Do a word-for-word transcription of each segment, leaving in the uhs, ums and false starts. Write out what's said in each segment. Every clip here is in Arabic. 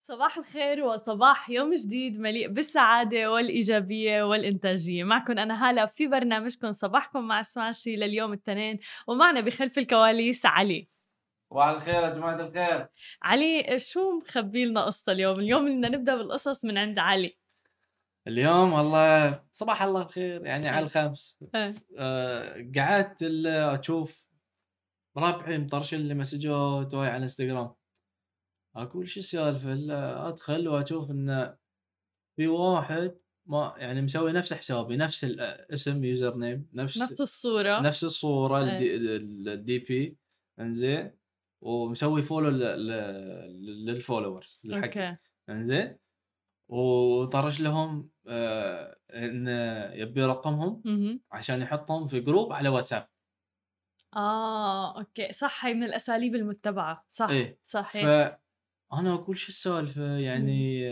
صباح الخير وصباح يوم جديد مليء بالسعادة والإيجابية والإنتاجية. معكم أنا هالة في برنامجكم صباحكم مع سماشي لليوم التنين، ومعنا بخلف الكواليس علي. صباح الخير يا جماعة الخير. علي، شو مخبي لنا قصة اليوم؟ اليوم بدنا نبدأ بالقصص من عند علي. اليوم والله صباح الله الخير يعني على إيه. الخمس. إيه. آآ قعدت ال أشوف ربعي مطرشين لي مسجات وهاي على الإنستجرام، أقول شو السالفة؟ إلا أدخل وأشوف إن في واحد ما يعني مسوي نفس حسابي، نفس الاسم user name نفس نفس الصورة. نفس الصورة إيه. الد ال الDP إنزين، ومسوي follow ل ل للfollowers للحق أوكي. إنزين. وطرش لهم آآ إن يبي رقمهم اهم. عشان يحطهم في جروب على واتساب. آه، أوكي، صح، هي من الأساليب المتبعة، صح، إيه، صحيح. فأنا أقول شو السالفة إمم. يعني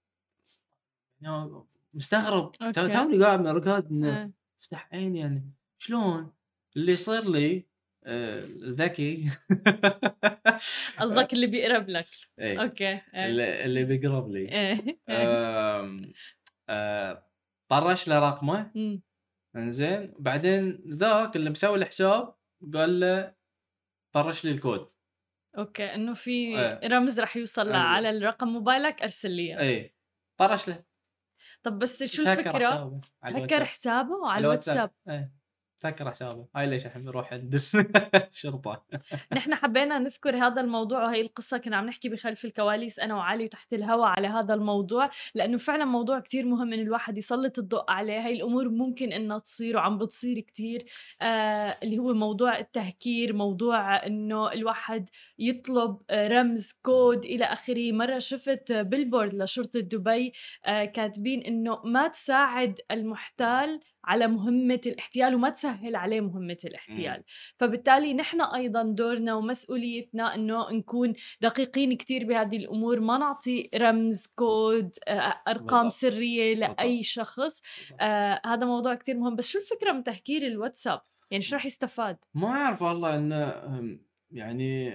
يعني مستغرب تو أوكي. توني قاعد من الركاد إنه إيه. افتح عيني يعني شلون؟ اللي يصير لي آآ ذكي قصدك اللي بيقرب لك. إيه، أوكي. إيه. اللي اللي بيقرب لي إيه. إيه. آمم آآ طرش له رقمه إمم. إنزين، بعدين ذاك اللي مسوي الحساب قال له طرش لي الكود. أوكي، إنه في إيه، رمز رح يوصل ل أيوه، على الرقم موبايلك أرسل لي إياه. إيه، طرش له، طب بس شو سكر الفكرة؟ حسابه على هكر الواتساب، حسابه على على الواتساب، الواتساب. إيه، سكر حسابه، هاي ليش الحين نروح عند الشرطة. نحن حبينا نذكر هذا الموضوع وهي القصة كنا عم نحكي بخلف الكواليس أنا وعلي وتحت الهوا على هذا الموضوع، لأنه فعلًا موضوع كتير مهم إنه الواحد يسلط الضوء عليه. هاي الأمور ممكن إنها تصير وعم بتصير كتير، آآ اللي هو موضوع التهكير، موضوع إنه الواحد يطلب آآ رمز، كود إلى آخره. مرة شفت billboard لشرطة دبي آآ كاتبين إنه ما تساعد المحتال على مهمة الاحتيال وما تسهّل عليه مهمة إمم، الاحتيال. فبالتالي نحن أيضًا دورنا ومسؤوليتنا إنه نكون دقيقين كتير بهذه الأمور، ما نعطي رمز، كود، آآ أرقام بالضبط، سرية بالضبط، لأي شخص. بالضبط. آآ هذا موضوع كتير مهم. بس شو الفكرة من تهكير الواتساب؟ يعني شو رح يستفاد؟ ما أعرف والله إنه آمم، يعني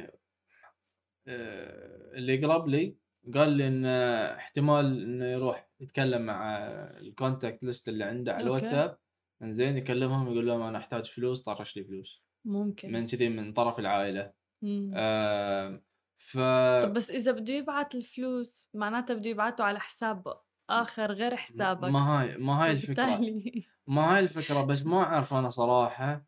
آآ، اللي يقرب لي قال لي إنه احتمال إنه يروح يتكلم مع الcontact list اللي عنده على أوكي. الواتساب، إنزين، يكلمهم يقول لهم أنا أحتاج فلوس طرش لي فلوس، ممكن. من كذي من طرف العائلة. إمم. آمم، ف طب بس إذا بده يبعت الفلوس معناتها بده يبعته على حساب آخر غير م حسابك، ما هاي ما هاي الفكرة، فبالتالي ما هاي الفكرة، بس ما أعرف أنا صراحة.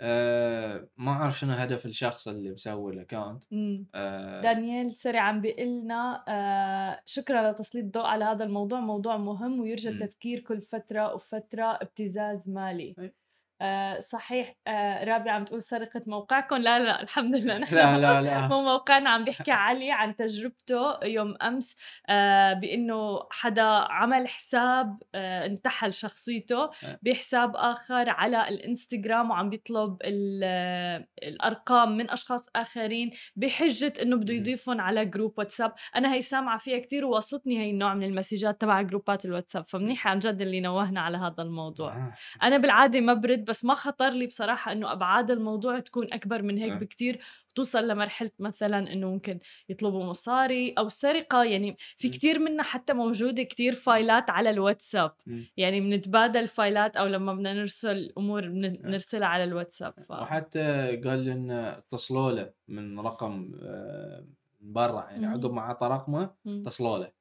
آآ، ما أعرف شنو هدف الشخص اللي مسوي الaccount. إمم. آآ، دانيال سري عم بيقول لنا آآ شكرًا لتسليط الضوء على هذا الموضوع، موضوع مهم ويرجى إمم، التذكير كل فترة وفترة ابتزاز مالي. أي آآ صحيح. آآ رابعة عم تقول سرقة موقعكم. لا، لا، الحمد لله نحن لا، مو لا، لا. مو موقعنا. عم بيحكي علي عن تجربته يوم أمس، آآ بإنه حدا عمل حساب آآ انتحل شخصيته أ بحساب آخر على الإنستجرام وعم بيطلب ال آه، الأرقام من أشخاص آخرين بحجة إنه بده اهم، يضيفهم على جروب واتساب. أنا هي سامعة فيها كتير وواصلتني هي النوع من المسجات تبع جروبات الواتساب، إمم، فمنيح عن جد اللي نوّهنا على هذا الموضوع. آه، أنا بالعادة ما بارد، بس ما خطر لي بصراحة إنه أبعاد الموضوع تكون أكبر من هيك آه، بكتير، وتوصل لمرحلة مثلًا إنه ممكن يطلبوا مصاري أو سرقة. يعني في إمم، كتير منها حتى موجودة كتير فايلات على الواتساب، إمم، يعني بنتبادل فايلات أو لمّا بدنا نرسل أمور بن آه، نرسلها على الواتساب. ف وحتى قال لي إنه اتصلوا له من رقم آآ، من برّا، يعني عقب اهم. ما عطى رقمه إمم. اتصلوا له،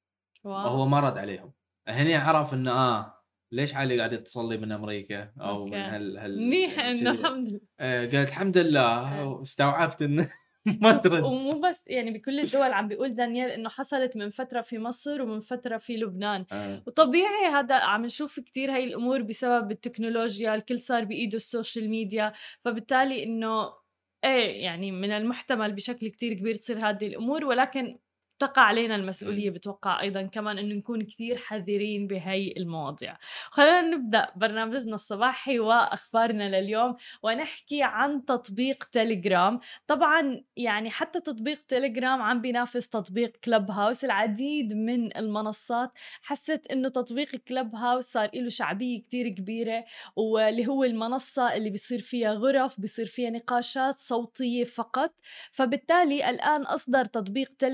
واو! وهو ما رد عليهم. هني عرف إنه آه، ليش علي قاعد يتصل لي من أمريكا أو من أوكي. هال هال منيح يعني إنه كذي. الحمد لله. آآ، قال الحمد لله آه. واستوعبت إنه ما شوف، ترد. ومو بس يعني بكل الدول عم بيقول دانيال إنه حصلت من فترة في مصر ومن فترة في لبنان. آه، وطبيعي هذا عم نشوف كتير هاي الأمور بسبب التكنولوجيا، الكل صار بإيده السوشيال ميديا. فبالتالي إنه إيه، يعني من المحتمل بشكل كتير كبير تصير هذه الأمور، ولكن تقع علينا المسؤولية إمم، بتوقع أيضا كمان إنه نكون كتير حذرين بهاي المواضيع. خلينا نبدأ برنامجنا الصباحي وأخبارنا لليوم ونحكي عن تطبيق تليجرام. طبعًا يعني حتى تطبيق تليجرام عم بينافس تطبيق كلب هاوس. العديد من المنصات حست إنه تطبيق كلب هاوس صار إله شعبية كتير كبيرة، واللي هو المنصة اللي بيصير فيها غرف، بيصير فيها نقاشات صوتية فقط. فبالتالي الآن أصدر تطبيق تليجرام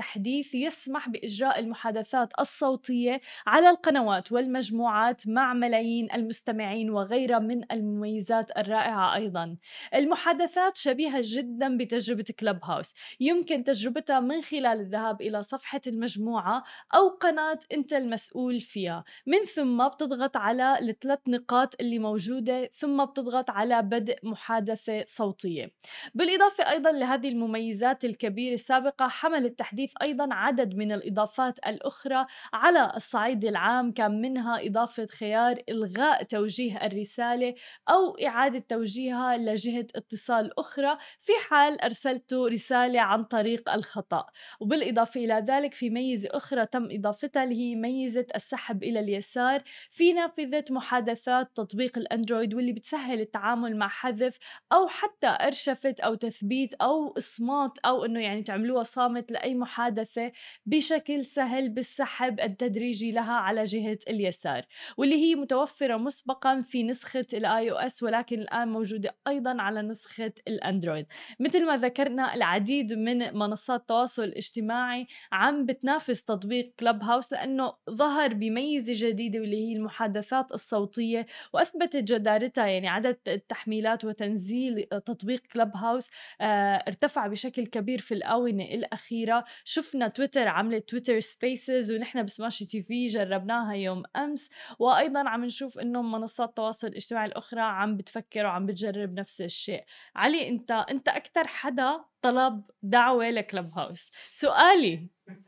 تحديث يسمح بإجراء المحادثات الصوتية على القنوات والمجموعات مع ملايين المستمعين وغيرها من المميزات الرائعة. أيضا المحادثات شبيهة جدا بتجربة كلوب هاوس، يمكن تجربتها من خلال الذهاب إلى صفحة المجموعة أو قناة أنت المسؤول فيها، من ثم بتضغط على الثلاث نقاط اللي موجودة ثم بتضغط على بدء محادثة صوتية. بالإضافة أيضا لهذه المميزات الكبيرة السابقة، حمل التحديث أيضا عدد من الإضافات الأخرى على الصعيد العام، كان منها إضافة خيار إلغاء توجيه الرسالة أو إعادة توجيهها لجهة اتصال أخرى في حال أرسلت رسالة عن طريق الخطأ. وبالإضافة إلى ذلك في ميزة أخرى تم إضافتها اللي هي ميزة السحب إلى اليسار في نافذة محادثات تطبيق الأندرويد، واللي بتسهل التعامل مع حذف أو حتى أرشفة أو تثبيت أو إصمات أو إنه يعني تعملوها صامت لأي محادثة بشكل سهل بالسحب التدريجي لها على جهة اليسار، واللي هي متوفرة مسبقا في نسخة الاي او اس، ولكن الآن موجودة أيضا على نسخة الأندرويد. مثل ما ذكرنا العديد من منصات التواصل الاجتماعي عم بتنافس تطبيق كلوب هاوس لأنه ظهر بميزة جديدة واللي هي المحادثات الصوتية، وأثبتت جدارتها. يعني عدد التحميلات وتنزيل تطبيق كلوب هاوس آه ارتفع بشكل كبير في الآونة الأخيرة. شفنا تويتر عملت تويتر سبيسز ونحن بسماشي تي في جربناها يوم أمس، وأيضا عم نشوف إنه منصات التواصل الاجتماعي الأخرى عم بتفكر وعم بتجرب نفس الشيء. علي، أنت أنت أكتر حدا طلب دعوة لكلوب هاوس، سؤالي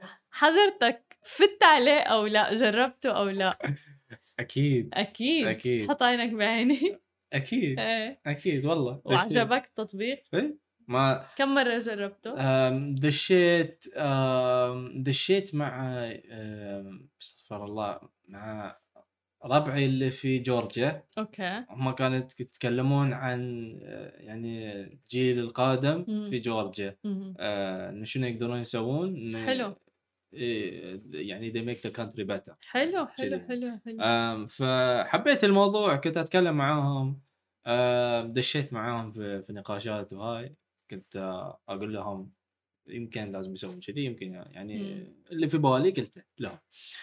حضرتك فت عليه أو لا؟ جربته أو لا؟ أكيد أكيد أكيد حط عينك بعيني. أكيد إيه. أكيد والله. ليش ليه؟ وعجبك التطبيق؟ إيه؟ ما كم مرة جربته؟ آم، دشيت آم، دشيت مع آم، استغفر الله، مع ربعي اللي في جورجيا. أوكي. هم كانوا يتكلمون عن آه، يعني الجيل القادم مم. في جورجيا، مم. آه، إنه شنو يقدرون يسوون، إنه حلو إيه، يعني they make the country better. حلو حلو كذي. حلو حلو. آم، فحبيت الموضوع، كنت أتكلم معاهم، آم، دشيت معاهم في, في نقاشات، وهاي كنت آه، أقول لهم يمكن لازم يسوون كذي، يمكن يعني مم. اللي في بالي قلته لهم.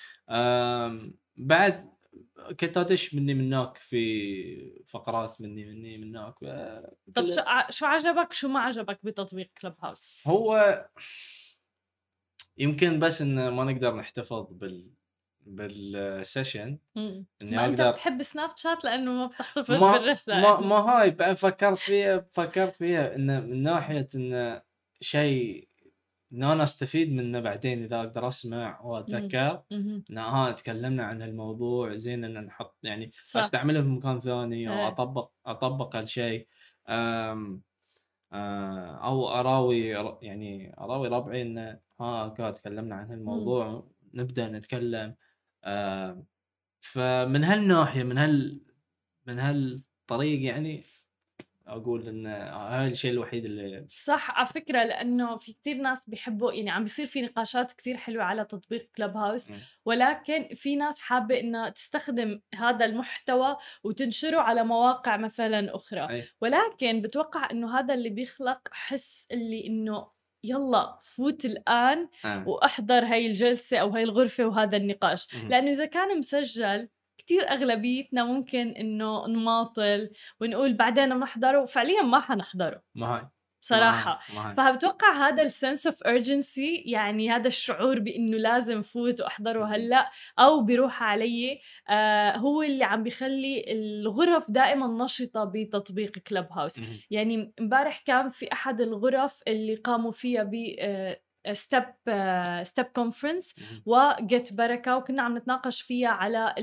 آم، بعد كنت أدش مني من هناك في فقرات مني مني من هناك. آه، طب كل- شو ع- شو عجبك شو ما عجبك بتطبيق كلوب هاوس؟ هو يمكن بس إن ما نقدر نحتفظ بال بالسيشن، مم. إني ما أنت أقدر. بتحب سناب شات لأنه ما بتحتفظ ما ما بالرسائل. ما هاي بعد فكرت فيها فكرت فيها إنه من ناحية إنه شيء إن أنا أستفيد منه بعدين إذا أقدر أسمع مم. وأتذكر مم. إن ها تكلمنا عن الموضوع، زين إن نحط يعني صح. أستعمله في مكان ثاني، أو إيه. أطبق أطبق هالشيء. آم، آه، أو أراوي يعني أراوي ربعي إنه ها كا تكلمنا عن مم. هالموضوع، نبدأ نتكلم. آم، فمن هالناحية، من هال من هالطريق يعني أقول إن هاي الشيء الوحيد اللي صح. على فكرة لأنه في كتير ناس بيحبوا، يعني عم بيصير في نقاشات كتير حلوة على تطبيق كلوب هاوس، م. ولكن في ناس حابة إنها تستخدم هذا المحتوى وتنشره على مواقع مثلا أخرى، أي ولكن بتوقع إنه هذا اللي بيخلق حس اللي إنه يلا فوت الآن آه. وأحضر هاي الجلسة أو هاي الغرفة وهذا النقاش، م. لأنه إذا كان مسجل كتير أغلبيتنا ممكن إنه نماطل ونقول بعدين بنحضره، وفعليا ما حنحضره ما هاي صراحة. ما هاي فبتوقع هذا السنس اوف urgency، يعني هذا الشعور بإنه لازم فوت وأحضره هلأ أو بيروح علي، آه هو اللي عم بيخلي الغرف دائما نشطة بتطبيق كلوب هاوس. م. يعني امبارح كان في أحد الغرف اللي قاموا فيها ب ستيب ستيب كونفرنس وجيت بركة، وكنا عم نتناقش فيها على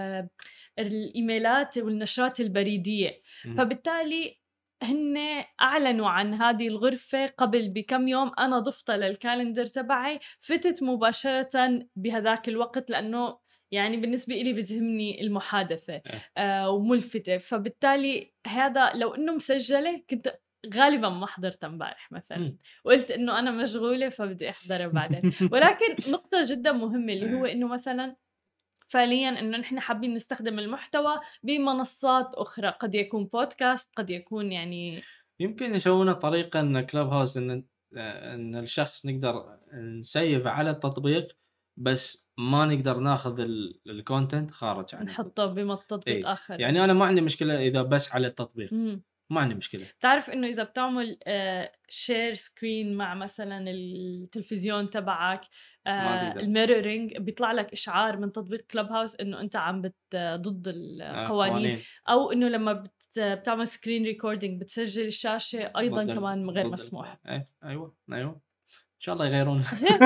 الإيميلات والنشرات البريدية. م. فبالتالي هن أعلنوا عن هذه الغرفة قبل بكم يوم، أنا ضفتها للكالندر تبعي، فتت مباشرة بهذاك الوقت لأنه يعني بالنسبة إلي بتهمني المحادثة آه وملفتة. فبالتالي هذا لو إنه مسجلة كنت غالبا ما حضرت امبارح مثلا، وقلت إنه أنا مشغولة فبدي أحضرها بعدين. ولكن نقطة جدا مهمة اللي هو إنه مثلا فعليا إنه نحن حابين نستخدم المحتوى بمنصات أخرى، قد يكون بودكاست، قد يكون يعني يمكن يسوونه طريقة إن كلوب هاوس إن آآ إن الشخص نقدر نسيّف على التطبيق، بس ما نقدر ناخذ ال الcontent خارج عن نحطّه التطبيق. بم تطبيق إي، آخر. يعني أنا ما عندي مشكلة إذا بس على التطبيق، إمم. ما عندي مشكلة. بتعرف إنه إذا بتعمل آآ share screen مع مثلًا التلفزيون تبعك ما آآ تقدر. الmirroring بيطلع لك إشعار من تطبيق Clubhouse إنه أنت عم بت ضد آه، القوانين، قوانين أو إنه لمّا بت بتعمل screen recording بتسجّل الشاشة أيضًا ضد ال كمان غير ضد القوانين. مسموح. أي أيوه، أيوه. إن شاء الله يغيرون.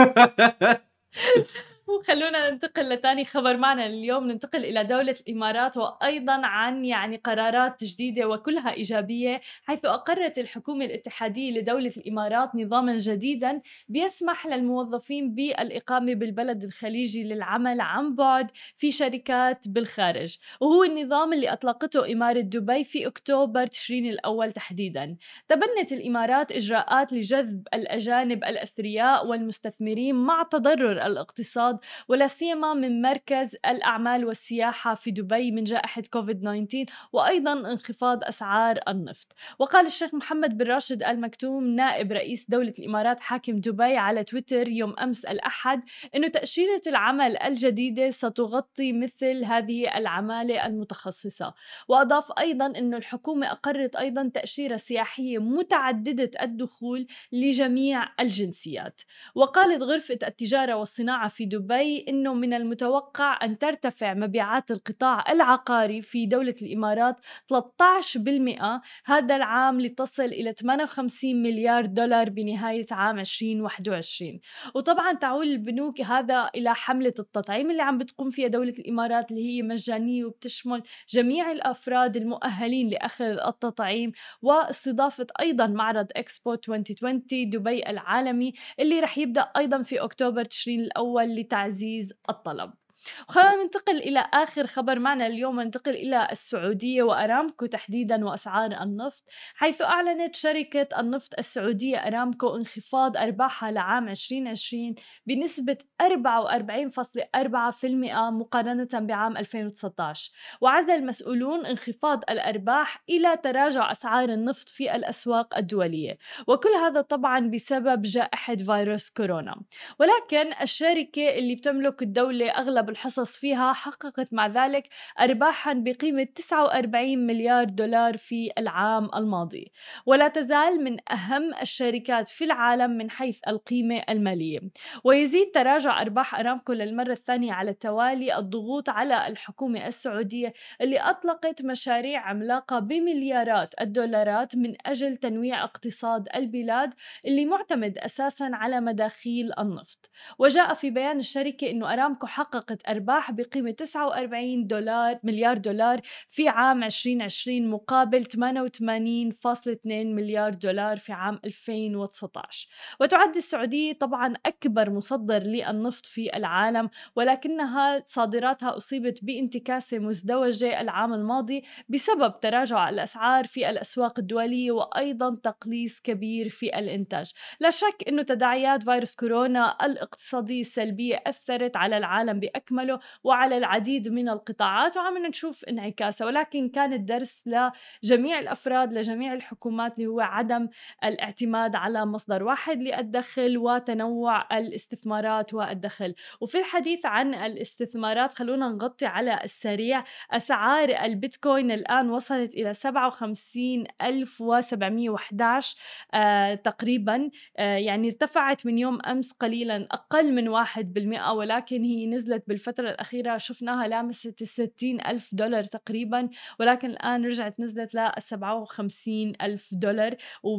وخلّونا ننتقل لتاني خبر معنا اليوم، ننتقل إلى دولة الإمارات، وأيضًا عن يعني قرارات جديدة وكلها إيجابية، حيث أقرت الحكومة الاتحادية لدولة الإمارات نظامًا جديدًا بيسمح للموظفين بالإقامة بالبلد الخليجي للعمل عن بُعد في شركات بالخارج، وهو النظام اللي أطلقته إمارة دبي في أكتوبر تشرين الأول تحديدًا. تبنت الإمارات إجراءات لجذب الأجانب الأثرياء والمستثمرين مع تضرر الاقتصاد، ولا سيما من مركز الأعمال والسياحة في دبي من جائحة كوفيد تسعة عشر، وأيضا انخفاض أسعار النفط. وقال الشيخ محمد بن راشد آل مكتوم نائب رئيس دولة الإمارات حاكم دبي على تويتر يوم أمس الأحد أنه تأشيرة العمل الجديدة ستغطي مثل هذه العمالة المتخصصة. وأضاف أيضا أنه الحكومة أقرت أيضا تأشيرة سياحية متعددة الدخول لجميع الجنسيات. وقالت غرفة التجارة والصناعة في دبي إنه من المتوقع أن ترتفع مبيعات القطاع العقاري في دولة الإمارات ثلاثة عشر بالمئة هذا العام لتصل إلى ثمانية وخمسين مليار دولار بنهاية عام عشرين واحد وعشرين. وطبعا تعول البنوك هذا إلى حملة التطعيم اللي عم بتقوم فيها دولة الإمارات، اللي هي مجانية وبتشمل جميع الأفراد المؤهلين لأخذ التطعيم، واستضافت أيضا معرض إكسبو ألفين وعشرين دبي العالمي اللي رح يبدأ أيضا في أكتوبر تشرين الأول لتعزيز الطلب. وخلينا ننتقل إلى آخر خبر معنا اليوم، ننتقل إلى السعودية وأرامكو تحديدا وأسعار النفط، حيث أعلنت شركة النفط السعودية أرامكو انخفاض أرباحها لعام عشرين عشرين بنسبة أربعة وأربعين فاصلة أربعة بالمئة مقارنة بعام ألفين وتسعة عشر. وعزى المسؤولون انخفاض الأرباح إلى تراجع أسعار النفط في الأسواق الدولية، وكل هذا طبعا بسبب جائحة فيروس كورونا. ولكن الشركة اللي بتملك الدولة أغلب الحصص فيها حققت مع ذلك أرباحاً بقيمة تسعة وأربعين مليار دولار في العام الماضي، ولا تزال من أهم الشركات في العالم من حيث القيمة المالية. ويزيد تراجع أرباح أرامكو للمرة الثانية على التوالي الضغوط على الحكومة السعودية اللي أطلقت مشاريع عملاقة بمليارات الدولارات من أجل تنويع اقتصاد البلاد اللي معتمد أساساً على مداخيل النفط. وجاء في بيان الشركة أنه أرامكو حققت أرباح بقيمة تسعة وأربعين دولار مليار دولار في عام عشرين عشرين مقابل ثمانية وثمانين فاصلة اثنين مليار دولار في عام ألفين وتسعة عشر. وتعد السعودية طبعا أكبر مصدر للنفط في العالم، ولكنها صادراتها أصيبت بانتكاسة مزدوجة العام الماضي بسبب تراجع الأسعار في الأسواق الدولية وأيضا تقليص كبير في الإنتاج. لا شك أنه تداعيات فيروس كورونا الاقتصادية السلبية أثرت على العالم بأكمله وعلى العديد من القطاعات وعم نشوف انعكاسها، ولكن كان الدرس لجميع الأفراد لجميع الحكومات اللي هو عدم الاعتماد على مصدر واحد للدخل وتنوع الاستثمارات والدخل. وفي الحديث عن الاستثمارات خلونا نغطي على السريع أسعار البيتكوين الآن وصلت إلى سبعة وخمسين ألف وسبعمية وأحد عشر آه تقريبا، آه يعني ارتفعت من يوم أمس قليلا أقل من واحد بالمئة، ولكن هي نزلت بالفترة الأخيرة شفناها لامست الستين ألف دولار تقريبا، ولكن الآن رجعت نزلت لسبعة وخمسين ألف دولار،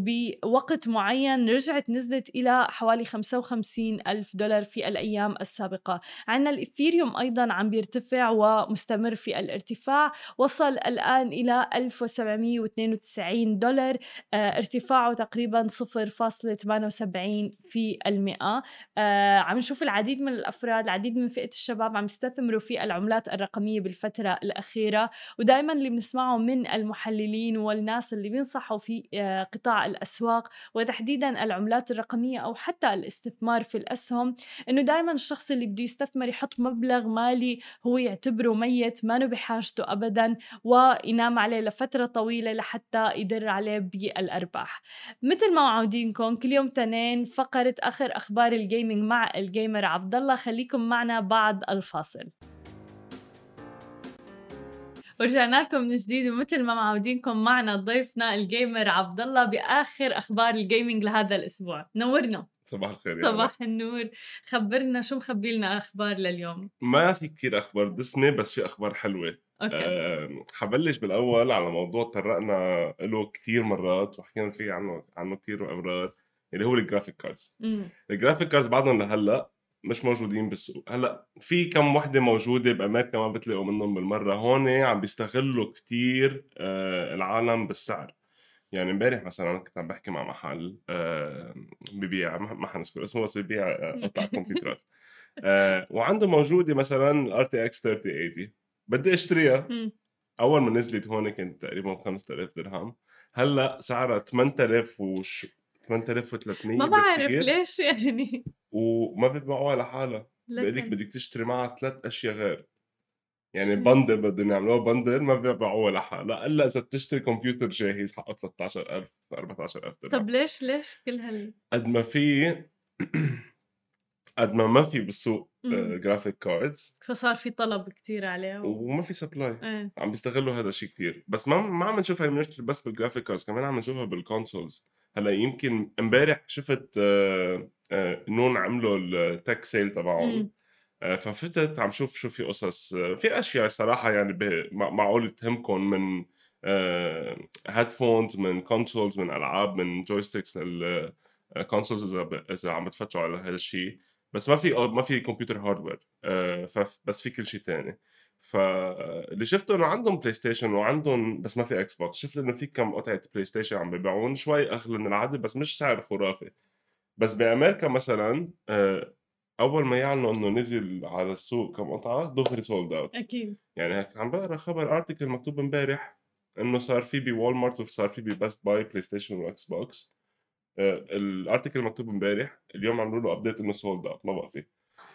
وبوقت معين رجعت نزلت إلى حوالي خمسة وخمسين ألف دولار في الأيام السابقة. عندنا الإثيريوم أيضا عم بيرتفع ومستمر في الارتفاع، وصل الآن إلى ألف وسبعمية واثنين وتسعين دولار، اه ارتفاعه تقريبا صفر فاصلة ثمانية وسبعين في المئة. آه عم نشوف العديد من الأفراد العديد من فئة الشباب الشباب عم يستثمروا في العملات الرقمية بالفترة الأخيرة، ودايمًا اللي بنسمعه من المحللين والناس اللي بينصحوا في آآ قطاع الأسواق وتحديدًا العملات الرقمية أو حتى الاستثمار في الأسهم، إنه دايمًا الشخص اللي بده يستثمر يحط مبلغ مالي هو يعتبره ميت ما له بحاجته أبدًا، وينام عليه لفترة طويلة لحتى يدر عليه بالأرباح. مثل ما وعودينكم كل يوم تنين فقرة آخر أخبار الجيمنج مع الجيمر عبد الله، خليكم معنا بعد الفاصل. ورجعنا لكم من جديد، ومثل ما معودينكم معنا ضيفنا الجيمر عبد الله باخر اخبار الجيمنج لهذا الاسبوع. نورنا. صباح الخير يا هلا. صباح النور. خبرنا شو مخبي لنا اخبار لليوم. ما في كتير أخبار دسمة بس في أخبار حلوة. اوكي. أه حبلش بالأول على موضوع تطرقنا له كتير مرات وحكينا فيه عنه عنه كتير أمرار، اللي هو الجرافيك كاردز. امم الجرافيك كاردز بعدهم لهلا مش موجودين بالسوق. هلا في كم وحده موجوده بامريكا ما بتلاقوا منهم بالمره، هون عم بيستغلوا كتير أه العالم بالسعر. يعني امبارح مثلا انا كنت عم بحكي مع محل أه ببيع، ما ما حنذكر اسمه، بس ببيع آه، قطع كمبيوترات. أه وعنده موجوده مثلا الار تي اكس ثلاثين ثمانين، بدي اشتريها. أمم. اول ما نزلت هون كانت تقريبا خمسة آلاف درهم، هلا سعرها ثمانية آلاف وش ثمانية آلاف وثلاثمية ما بعرف بفتكر، ليش يعني. وما بتبيعوها لحالها. بقول لك لكن بدك تشتري معها ثلاث اشياء غير، يعني شو بندل بدهم يعملوها بندل ما بيبيعوها لحالها الا اذا بتشتري كمبيوتر جاهز حقه ثلاثة عشر ألف أربعة عشر ألف درهم. طب ليش ليش كل هال قد ما في قد ما ما في بالسوق امم جرافيك كاردز فصار في طلب كتير عليه و... وما في سبلاي، ايه. عم بيستغلوا هذا الشيء كتير. بس ما ما عم نشوفها المشكله بس بالجرافيك كاردز، كمان عم نشوفها بالكونسولز. هلا يمكن امبارح شفت آه، آه، نون عملوا التك سيل تبعهم، امم آه، ففتت عم شوف شو في قصص، آه، في اشياء صراحه يعني ب- مع- معقول تهمكم، من هيدفونز، من كونسولز، من العاب، من جويستيكس للكونسولز، اذا ب- اذا عم بتفتشوا على هذا الشيء. بس ما في ما في كمبيوتر هاردوير، بس في كل شيء تاني. فاللي شفته انه عندهم بلاي ستيشن وعندهم، بس ما في اكس بوكس. شفت انه في كم قطعه بلاي ستيشن عم ببيعون شوي اغلى من العاده، بس مش سعر خرافي. بس بامريكا مثلا آه، اول ما يعلنوا انه نزل على السوق كم قطعه دغري سولد اوت. اكيد. يعني هيك عم بقرا خبر ارتكل مكتوب امبارح انه صار في بوال مارت وصار في ببست باي بلاي ستيشن واكس بوكس. آه، الارتكل مكتوب امبارح، اليوم عملوا له ابديت انه سولد اوت ما بقى فيه.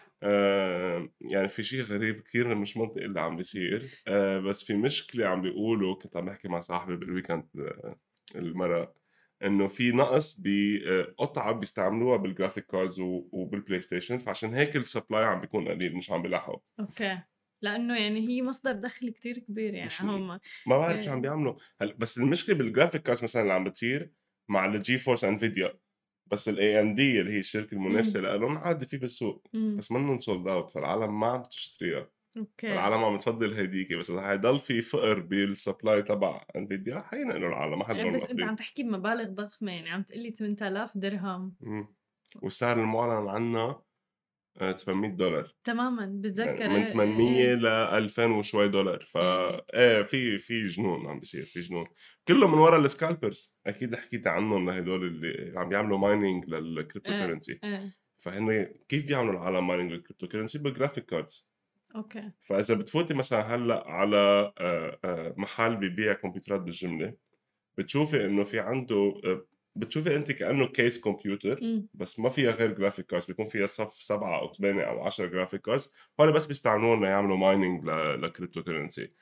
آه يعني في شيء غريب كثير مش منطقي اللي عم بيصير. آه بس في مشكله عم بيقولوا، كنت عم بحكي مع صاحبي بالويكند آه المره، انه في نقص بقطعه بيستعملوها بالجرافيك كاردز وبالبلاي ستيشن، فعشان هيك السبلاي عم بيكون قليل، مش عم بيلاحقوا. اوكي. لانه يعني هي مصدر دخل كتير كبير يعني مش هم. ما بعرف شو عم إيه. بيعملوا هلا. بس المشكله بالجرافيك كاردز مثلا اللي عم بتصير مع الجي فورس انفيديا، بس الاي ام دي اللي هي الشركه المنافسه امم لهم عادي في بالسوق، امم بس منهم سولد اوت، فالعالم ما عم تشتريها. اوكي. فالعالم عم تفضل هيديك، بس اذا حيضل في فقر بالسبلاي تبع انفيديا حينقلوا العالم ما إيه، حضلوا بس انت مقفلين. عم تحكي بمبالغ ضخمة، يعني عم تقلي ثمانية آلاف درهم. مم. والسعر المعلن عنه آه، ثمانمية دولار، تماما يعني بتذكر. من ايه ثمانمية ايه ل ألفين وشوي دولار. فا ايه ايه في في جنون عم بيصير، في جنون كله من ورا السكالبرز. اكيد حكيت عنهم، لهدول اللي عم بيعملوا مايننج للكريبتو ايه كرنسي. ايه. فهن كيف بيعملوا العالم مايننج للكريبتو كرنسي؟ بالجرافيك كاردز. اوكي. فاذا بتفوتي مثلا هلا على آه، آه، محل ببيع كمبيوترات بالجمله، بتشوفي انه في عنده آه، بتشوفي انت كانه كيس كمبيوتر، امم بس ما فيها غير جرافيك كاردز، بيكون فيها صف سبعة او ثمانية او عشرة جرافيك كاردز. هول بس بيستعملوهم ليعملوا مايننج لكريبتو كرنسي.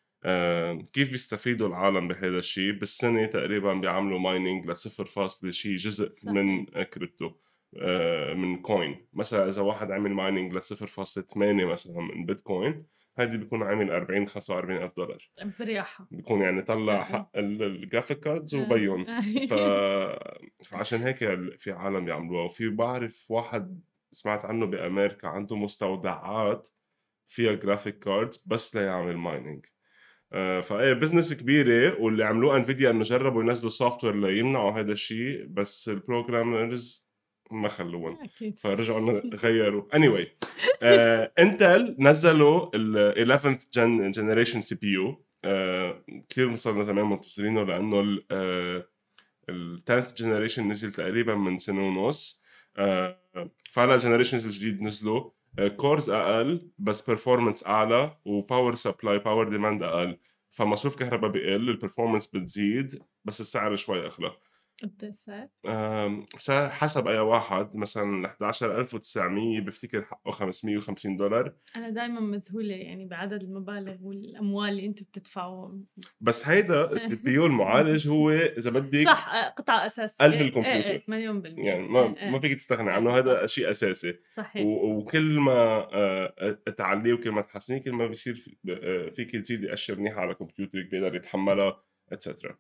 آه، كيف بيستفيدوا العالم بهذا الشيء؟ بالسنه تقريبا بيعملوا مايننج لصفر فاصل شيء جزء من صحيح. كريبتو، آه، من كوين. مثلا اذا واحد عمل مايننج ل صفر فاصل ثمانية مثلا من بيتكوين، هيدي بيكون عامل أربعين خمسة وأربعين الف دولار. برياحة. بيكون يعني طلع ايه حق ال- الجرافيك كاردز ايه وبين. ف... ايه. فعشان هيك في عالم يعملوها. وفي بعرف واحد سمعت عنه بأمريكا عنده مستودعات فيها جرافيك كاردز بس ليعمل مايننج. آه، فايه بزنس كبيره. واللي عملوه انفيديا انه جربوا ينزلوا سوفت وير ليمنعوا هذا الشيء، بس البروجرامرز ما خلوهم، اكيد. فرجعوا إنه غيروا. anyway آه، انتل نزلوا ال eleventh gen generation سي بي يو. آه، كثير صرنا زمان منتظرينه، لانه ال آه، ال tenth generation نزل تقريبا من سنه ونص. آه، فهلا generations الجديد نزلوا. كورز اقل بس performance اعلى وباور سبلاي باور ديماند اقل، فمصروف كهرباء بيقل، البرفورمانس بتزيد بس السعر شوي اغلى. قد إيه السعر؟ آم، سعر حسب اي واحد، مثلا إحدى عشر ألف وتسعمية بفتكر حقه خمسمية وخمسين دولار. أنا دايما مذهولة يعني بعدد المبالغ والأموال اللي أنتم بتدفعوا. بس هيدا السي بي يو المعالج هو اذا بدك صح، آه، قطعة أساسية. قلب إيه الكمبيوتر، إيه مليون بالمية. يعني ما إيه ما إيه فيك تستغنى إيه عنه، صح هذا شيء اساسي. صحيح. و- وكل ما آه، تعليه وكل ما تحسنيه كل ما بيصير في- آه، فيك تزيدي اشياء منيحه على كمبيوترك بيقدر يتحملها اتسترا.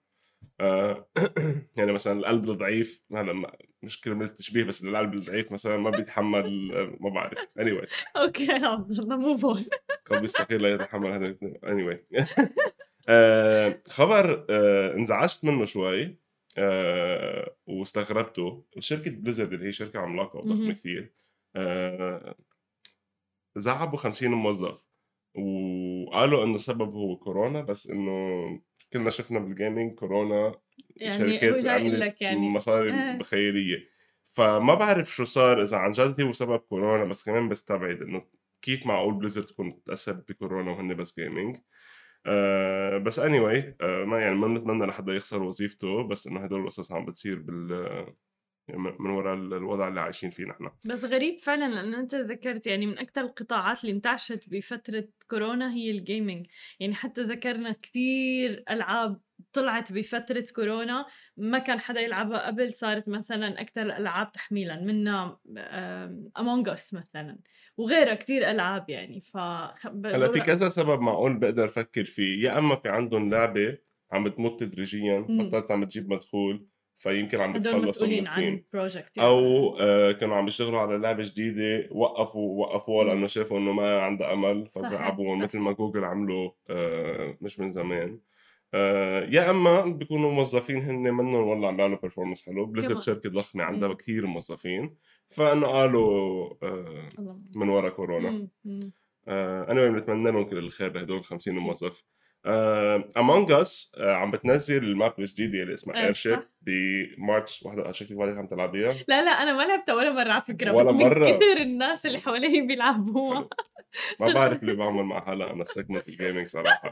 يعني مثلا القلب الضعيف، هلا ما- مش كلمه تشبيه، بس القلب الضعيف مثلا ما بيتحمل آه، ما بعرف anyway أوكي يا عبد الله مو بون. قلبي الصغير لا يتحمل هذا الاثنين. anyway آه، خبر آه، انزعجت منه شوي آه، واستغربته. شركة بليزرد اللي هي شركة عملاقة وضخمة مهم. كثير آه، زعبوا خمسين موظف وقالوا انه السبب هو كورونا، بس انه كلنا شفنا بالجيمنج كورونا يعني هو شركات جاي يقول عملت لك يعني مصاري آه. بخيلية. فما بعرف شو صار، اذا عن جد هو سبب كورونا، بس كمان بستبعد انه كيف معقول بليزرد تكون تأثرت بكورونا وهن بس جيمنج. آه بس anyway آه ما يعني ما بنتمنى لحدا يخسر وظيفته، بس انه هدول القصص عم بتصير بال يعني من وراء الوضع اللي عايشين فيه نحن. بس غريب فعلا لأنه أنت ذكرت يعني من أكثر القطاعات اللي انتعشت بفترة كورونا هي الجيمنج. يعني حتى ذكرنا كتير ألعاب طلعت بفترة كورونا ما كان حدا يلعبها قبل، صارت مثلا أكثر الألعاب تحميلا منها أمونج أس مثلا وغيرها كتير ألعاب يعني. ف هلا في كذا سبب معقول بقدر افكر فيه، يا اما في عندهم لعبه عم بتموت تدريجيا بطلت عم تجيب مدخول فيمكن عم هدول بتخلصوا مسؤولين من عن التيم، بروجكت او يعني. آه كانوا عم يشتغلوا على لعبه جديده وقفوا وقفوها لانه شافوا انه ما عندها امل صحيح فزعبوهم، مثل ما صحيح. جوجل عملوا آه مش من زمان. آه يا اما بيكونوا موظفين هن منهم والله عم بيعملوا performance حلو. بليزرد كمان شركه ضخمه عندها مم. كثير موظفين، فانه قالوا آه الله. من ورا كورونا. مم. مم. آه انا بنتمنى لهم كل الخير لهدول خمسين موظف. آه امونج اس آه عم بتنزل الماب الجديده اللي اسمها ايه ايرشيب صح. بمارتش واحدة. شكلك بعدك عم تلعبيها. لا لا انا ما لعبتها ولا مرة على فكرة، بس ولا من مرة؟ كتر الناس اللي حوالي بيلعبوها حلو. ما بعرف اللي بعمل مع حالة انا السيجمنت الجيمنج صراحه.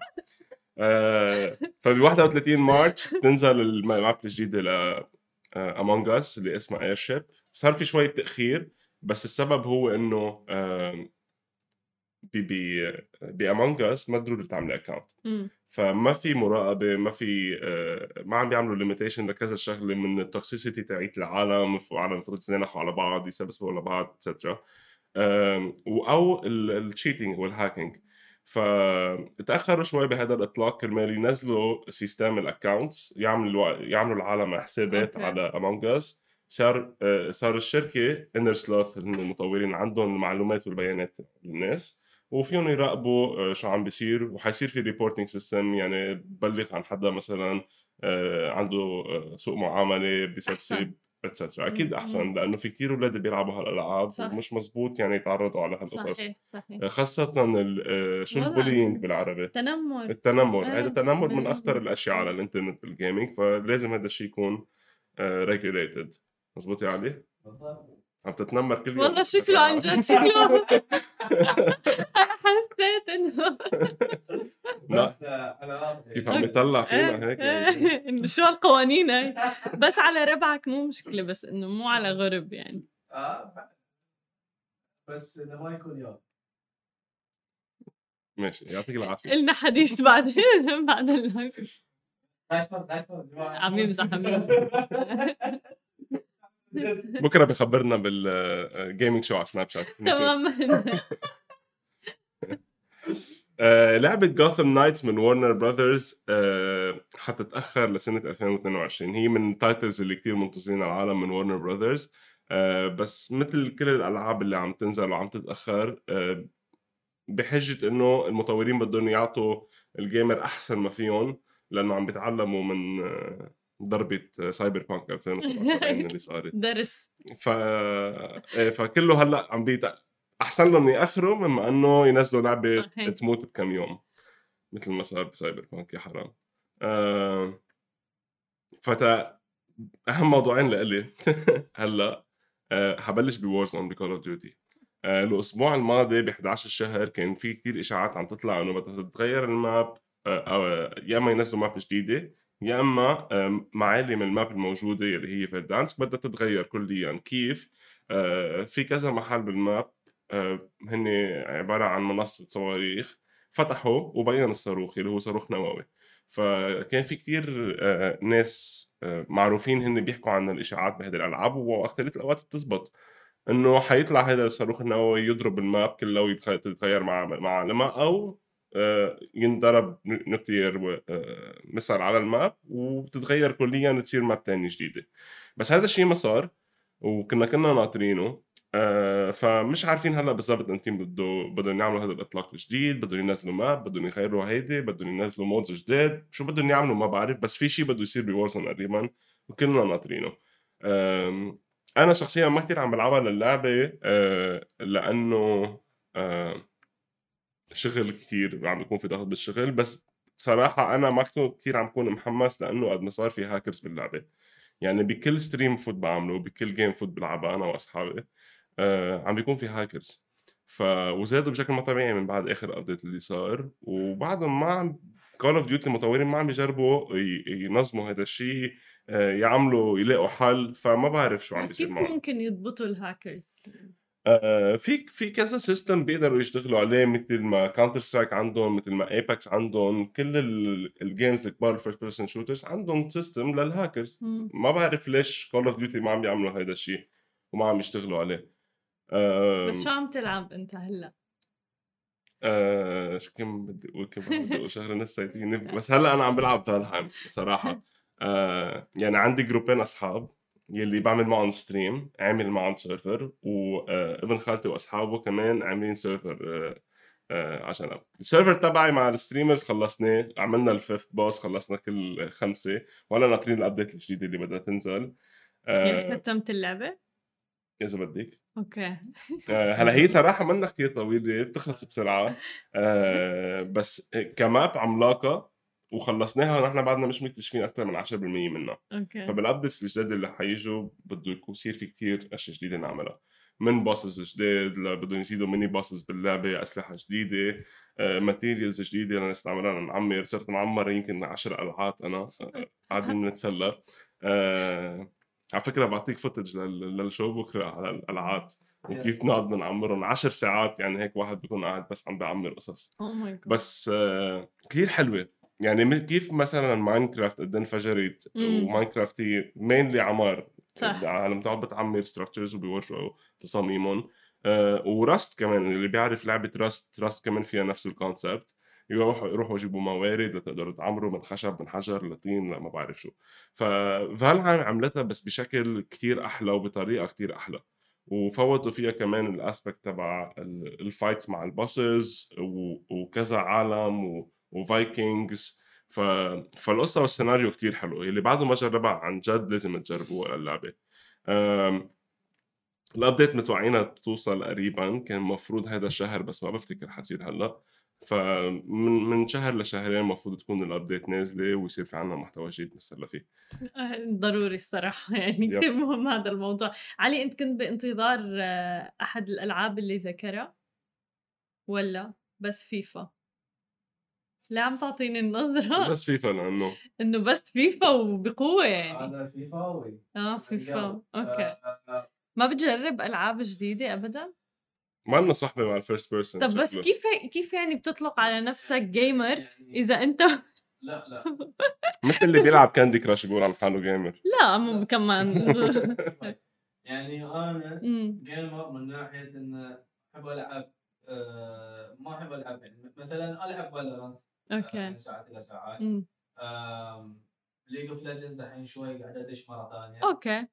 آه فب واحد وثلاثين مارتش بتنزل الماب الجديده ل امونج اس اللي اسمها ايرشيب. صار في شويه تاخير بس السبب هو انه آه ب ب بامونج اس ما ضروري تعملي اكونت، مم. فما في مراقبه، ما في آه، ما عم بيعملوا ليميتيشن لكذا شغله من التوكسيسيتي تاعت العالم، وعالم المفروض يتزانقوا على بعض يسبسوا لبعض اتسترا، او التشيتنج والهاكينج. فتاخروا شوي بهذا الاطلاق كرمال ينزلوا سيستم الاكونتس يعملوا يعملوا العالم حسابات اوكي. على امونج اس. صار آه، صار الشركه انر سلوث المطورين عندهم المعلومات والبيانات للناس وفيهم يراقبوا آه، شو عم بيصير، وحيصير في ريبورتينج سيستم يعني ببلغ عن حدا مثلا آه، عنده آه، سوء معامله احسن. بسبسب اتسترا. مم. اكيد احسن مم. لانه في كتير اولاد بيلعبوا هالالعاب صح ومش مزبوط يعني يتعرضوا على هالقصص. صحيح صحيح. آه، خاصه ال- آه، شو وضع البولينج انت بالعربي؟ تنمر. التنمر. هذا ايه التنمر من مليون اخطر بالمية. الاشياء على الانترنت بالجيمنج، فلازم هذا الشيء يكون ريجوليتد. مزبوط يا علي؟ عم تتنمر كل يوم والله شكله عن جد شكله انا حسيت انه لا انا كيف عم يطلع فينا ايه هيك يعني. ايه انه شو هالقوانين هاي، بس على ربعك مو مشكلة، بس انه مو على غرب يعني. بس انه ما يكون يوم. ماشي يعطيك العافيه. قلنا حديث بعدين بعد اللايف. غشمر غشمر جماعة. عم يمزح عم يمزح. بكره بخبرنا بالجيمنج شو على سناب شات. تماما. آه، لعبة جوثام نايتس من وارنر براذرز آه، حتتأخر لسنة ألفين واثنين وعشرين. هي من التايتلز اللي كتير منتظرين على العالم من وارنر براذرز. آه، بس مثل كل الألعاب اللي عم تنزل وعم تتأخر آه، بحجة إنه المطورين بدهم يعطوا الجيمر أحسن ما فيهم، لأنه عم بيتعلموا من آه، ضربة سايبر بانك ألفين وسبعة وسبعين اللي صارت. درس. ف إيه، فكله هلا عم بيت احسن لهم ياخروا مما انه ينزلوا لعبه صحيح. تموت بكم يوم مثل ما صار بسايبر بانك. يا حرام. آه فتا اهم موضوعين لإلي هلا. آه حبلش بوارزون بكول اوف ديوتي. آه، الأسبوع الماضي بإحدى عشر الشهر كان في كتير إشاعات عم تطلع إنه بدها تتغير الماب، آه، أو يا إما ينزلوا ماب جديدة يا إما آه، معالم الماب الموجودة اللي هي في الدانسك بدها تتغير كليا. كيف؟ آه، في كذا محل بالماب آه، هن عبارة عن منصة صواريخ فتحوا وبين الصاروخ اللي هو صاروخ نووي. فكان في كتير آه، ناس آه، معروفين هن بيحكوا عن الإشاعات بهذه الألعاب، وأكثرية الأوقات بتزبط إنه حيطلع هذا الصاروخ النووي يضرب الماب كله ويتغير مع معالمها، أو آه، ينضرب نوكليير مثل على الماب وبتتغير كليا تصير ماب تاني جديدة. بس هذا الشيء ما صار وكنا كنا ناطرينه. آه فمش عارفين هلا بالضبط التيم بده بدهم يعملوا هذا الاطلاق الجديد، بدهم ينزلوا ماب، بدهم يغيروا هيدي، بدهم ينزلوا مودز جداد، شو بدهم يعملوا ما بعرف. بس في شيء بده يصير بوارزون قريبا وكلنا ناطرينه. آه انا شخصيا ما كتير عم بلعبها للعبه آه لانه آه شغل كتير عم بيكون في ضغط بالشغل. بس صراحه انا ما كتير عم بكون محمس لانه قد ما صار في هاكرز باللعبه. يعني بكل ستريم فوت بعمله، بكل جيم فوت بلعبها انا واصحابي آه عم بيكون في هاكرز. ف وزادوا بشكل مو طبيعي من بعد اخر ابديت اللي صار، وبعدهم ما عم كول اوف ديوتي المطورين ما عم بيجربوا ي- ينظموا هذا الشيء، آه يعملوا يلاقوا حل. فما بعرف شو عم بس بيصير كيف معهم. ممكن يضبطوا الهاكرز؟ آه في في كذا سيستم بيقدروا يشتغلوا عليه، مثل ما كاونتر سترايك عندهم، مثل ما ايباكس عندهم، كل الجيمز الكبار الفيرست بيرسون شوترز عندهم سيستم للهاكرز. مم. ما بعرف ليش كول اوف ديوتي ما عم بيعملوا هذا الشيء وما عم يشتغلوا عليه. بس شو آم، عم تلعب انت هلا؟ آه شو كم بدي اقول، كم بدي اقول شغله نسيتيني. بس هلا انا عم بلعب فالهايم صراحه. آه يعني عندي جروبين اصحاب يلي بعمل معهم ستريم، عامل معهم سيرفر، وابن خالتي واصحابه كمان عاملين سيرفر آه آه عشان ألعب. السيرفر تبعي مع الستريمرز خلصناه، عملنا الفيفث بوس، خلصنا كل خمسه، ولا ناطرين الابديت الجديده اللي بدها تنزل. يعني آه ختمت اللعبة؟ اذا بدك. اوكي. آه، هلا هي صراحة منا كتير طويلة، بتخلص بسرعة. آه، بس كماب عملاقة وخلصناها ونحن بعدنا مش مكتشفين أكثر من عشرة بالمية منها. اوكي. فبالابديتس الجداد اللي حيجوا بده يكون يصير في كتير اشياء جديدة نعملها، من باسز جداد، بدهم يزيدوا ميني باسز باللعبة، أسلحة جديدة، ماتيريالز جديدة لنستعملها لنعمر. صرت معمر يمكن عشر قلعات أنا، آه، قاعدين نتسلى. آه، على فكرة بعطيك فوتج للشو بكرة على القلعات وكيف نقعد بنعمرهم عشر ساعات. يعني هيك واحد بيكون قاعد بس عم بيعمر قصص. او ماي جاد. بس آه، كتير حلوة. يعني م- كيف مثلا ماينكرافت قد انفجرت، امم وماينكرافت هي مينلي عمار، صح. العالم بتقعد بتعمر ستراكشرز وبيورجوا تصاميمهم. آه، وراست كمان، اللي بيعرف لعبة راست، راست كمان فيها نفس الكونسبت. يروحوا يروحوا يجيبوا موارد لتقدروا تعمروا من خشب، من حجر، لطين، لا ما بعرف شو. ففالهايم عملتها بس بشكل كتير احلى وبطريقه كتير احلى. وفوتوا فيها كمان الاسبكت تبع ال- الفايتس مع البوسز و- وكذا عالم و- وفايكنجز. ف... فالقصه والسيناريو كتير حلو. اللي بعده ما جربها عن جد لازم تجربوها اللعبه. أم... الابديت متوقعينها توصل قريبا، كان المفروض هذا الشهر بس ما بفتكر حتصير هلا. فمن من شهر لشهرين المفروض تكون الابديت نازله ويصير في عنا محتوى جديد نستهلا فيه. آه، ضروري الصراحة. يعني يب. كتير مهم هذا الموضوع. علي، أنت كنت بانتظار آه، أحد الألعاب اللي ذكرها ولا بس فيفا؟ ليه عم تعطيني النظرة بس فيفا لانه إنه بس فيفا وبقوة يعني؟ هذا فيفاوي. اه فيفا. اوكي. آه، ما بتجرب ألعاب جديدة أبدا؟ ما لنا صحبه مع الفيرست بيرسون طب بس شكله. كيف كيف يعني بتطلق على نفسك جيمر يعني إذا أنت لا لا مثل اللي بيلعب كاندي كراش بيقول عن حاله جيمر. لا مو كمان. يعني انا أمم، جيمر من ناحيه ان احب العب، آه، ما احب العب يعني مثلا العب فالورانت اوكي. من ساعات الى ساعات. أمم، ليج اوف ليجندز الحين شوي قاعد ادش مره ثانيه. اوكي.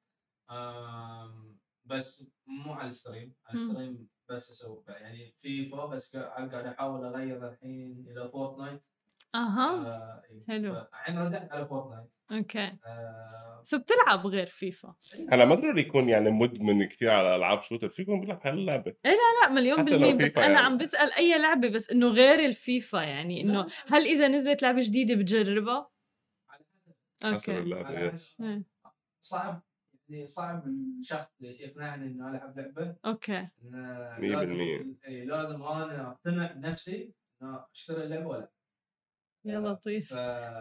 آم، بس مو على الستريم، على أمم، الستريم بس اسوي يعني فيفا بس، قاعد قاعد احاول اغير الحين الى فورتنايت. اها. آه، إيه. حلو. فالحين رجعت على فورتنايت. اوكي. آه، سو بتلعب غير فيفا؟ هلا ما ضروري يكون يعني مدمن كثير على العاب شوتر، في يكون بيلعب هاللعبه إيه لا لا مليون حتى لو بالمية. بس فيفا أنا يعني. عم بسأل أي لعبة، بس إنه غير الفيفا يعني إنه هل إذا نزلت لعبة جديدة بتجربها؟ على حسب حسب أوكي. اللعبه على يس. حسب إيه. صعب يعني صعب الشخص يقنعني إنه ألعب لعبة أوكي. إنه مية لازم بالمية. إيه لازم أنا أقتنع بنفسي إنه أشتري اللعبة ولا. يا لطيف. ف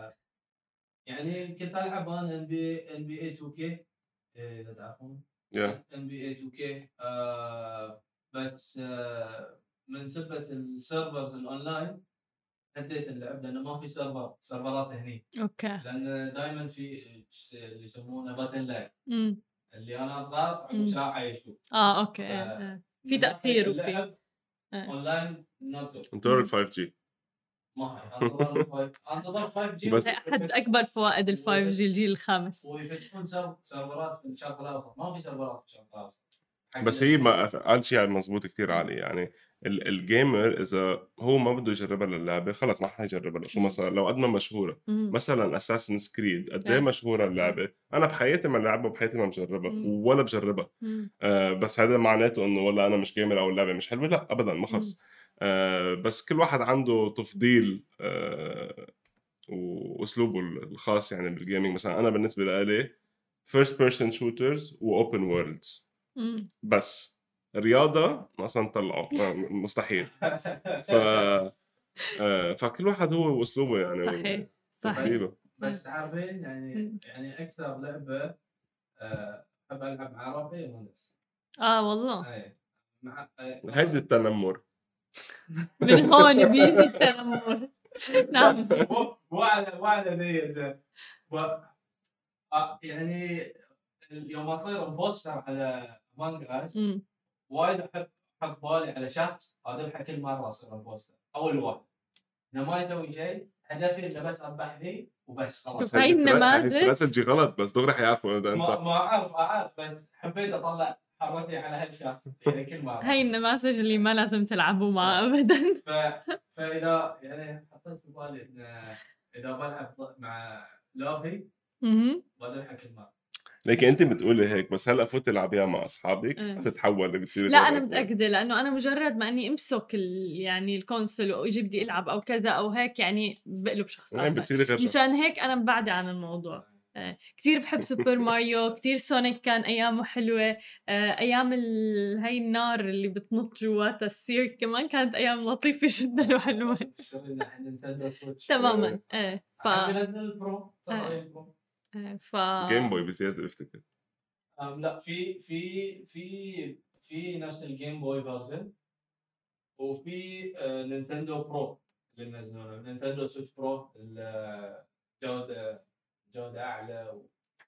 يعني كنت ألعب أنا إن بي إن بي إيه تو كيه إذا تعرفون. Yeah. إن بي إيه تو كيه آه بس آه من سبة السيرفرز الأونلاين هديت اللعب لأنه ما في سيرفر سيرفرات هني. أوكي. لأن دائما في اللي يسمونه باتل لاج امم اللي أنا أضغط عقب مم. ساعة يشوف. اه اوكي. ف- إيه، إيه. في من ناحية تأخير وفي اللعب إيه. أونلاين نوت جود. انتظر ال فايف جي. ما هي انتظر الفايف انتظر فايف جي بس- هي أحد أكبر فوائد ال فايف جي الجيل الخامس. ويفتحون سيرف- سيرفرات في الشرق الأوسط. ما في سيرفرات في الشرق الأوسط. حق بس هي ما قال شيء مزبوط كتير علي يعني ال- الجيمر اذا هو ما بده يجربها للعبه خلص ما حيجربها. شو مم. مثلا لو قد ما مشهوره مم. مثلا اساسن كريد قد ايه إيه. مشهوره صح. اللعبه، انا بحياتي ما لعبها وبحياتي ما مجربها مم. ولا بجربها. مم. آه بس هذا معناته انه والله انا مش جيمر او اللعبه مش حلوه، لا ابدا ما خص. آه بس كل واحد عنده تفضيل آه واسلوبه الخاص يعني بالجيمنج. مثلا انا بالنسبه لي فيرست بيرسون شوترز واوبن وورلدز مم. بس. رياضه ما اصلا طلعوا ما- مستحيل. ف آه، فكل واحد هو واسلوبه يعني صحيح صحيح. وتفضيله. بس تعرفين يعني مم. يعني أكثر لعبة آه، أحب ألعب مع ربعي مونس. اه والله أي مع آه، هيدي التنمر. من هون بيجي التنمر. نعم. مو مو على مو على نية و- آه، يعني يوم اصير امبوستر على مانج اس مم. وايد احب احط بالي على شخص اذبحه كل مره اصير امبوستر اول واحد انه ما يسوي شيء هدفي انه بس اذبح ذي وبس خلاص. شوف هاي النماذج استراتيجي غلط بس دغري حيعرفوا اذا ما انت ما اعرف اعرف بس حبيت اطلع حرتي على هالشخص يعني كل مره. هاي النماذج اللي ما لازم تلعبوا معها ابدا. ف... فاذا يعني حطيت في بالي ان اذا بلعب مع لوفي اها بذبحه كل مره. لكن انت بتقولي هيك بس هلا فوت العبيها مع اصحابك إيه. بتتحول بتصير لا انا متاكده لانه انا مجرد ما اني امسك ال... يعني الكونسول واجي بدي العب او كذا او هيك يعني بقلب شخص يعني اخر. بتصيري غير شخص. مشان هيك انا مبعده عن الموضوع. آه. كتير بحب سوبر ماريو، كتير سونيك كان ايامه حلوه. آه. ايام ال... هاي النار اللي بتنط جواتها السير كمان كانت ايام لطيفه جدا وحلوه. تماما. ايه ف نزل البرو آه. البرو آه. ف جيم بوي بزياده بفتكر. أم لا في في في في نفس الجيم بوي فيرجن وفي آه نينتندو برو اللي نزلونه نينتندو سويتش برو الجودة جودة أعلى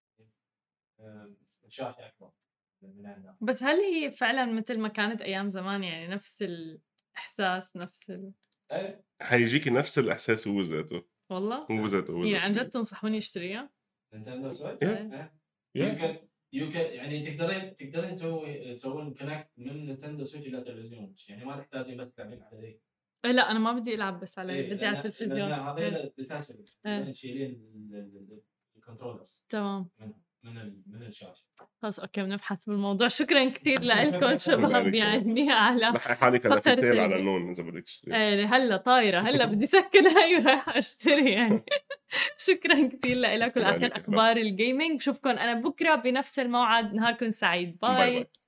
وشاشة أكبر من عندنا. بس هل هي فعلا مثل ما كانت ايام زمان يعني نفس الاحساس نفس ال... إيه حيجيكي نفس الاحساس هو ذاته. والله هو ذاته هو يعني ذاته. عن جد تنصحوني اشتريها؟ نينتندو سويتش إيه. يمكن يمكن يعني تقدرين تقدرين تسوي تسوين كونكت من نينتندو سويتش إلى تلفزيون يعني ما تحتاجين بس تلعبين على ذي. إيه لا انا ما بدي العب بس على إيه، بدي على لأن- التلفزيون. لأن إيه. هذول ديتاشبل تقدرين تشيلين الكنترولرز تمام من من ال- من الشاشه. خلص اوكي بنبحث بالموضوع. شكرا كثير لكم شباب يعني على رح حالك هلا في فكرت سيل على لي. النون اذا بدك تشتري. ايه هلا طايره هلا بدي سكر هاي ورايحه اشتري يعني. شكرا كثير لكم الله لاخر يعطيك اخبار الجيمنج. بشوفكم انا بكره بنفس الموعد. نهاركم سعيد. باي, باي باي. باي.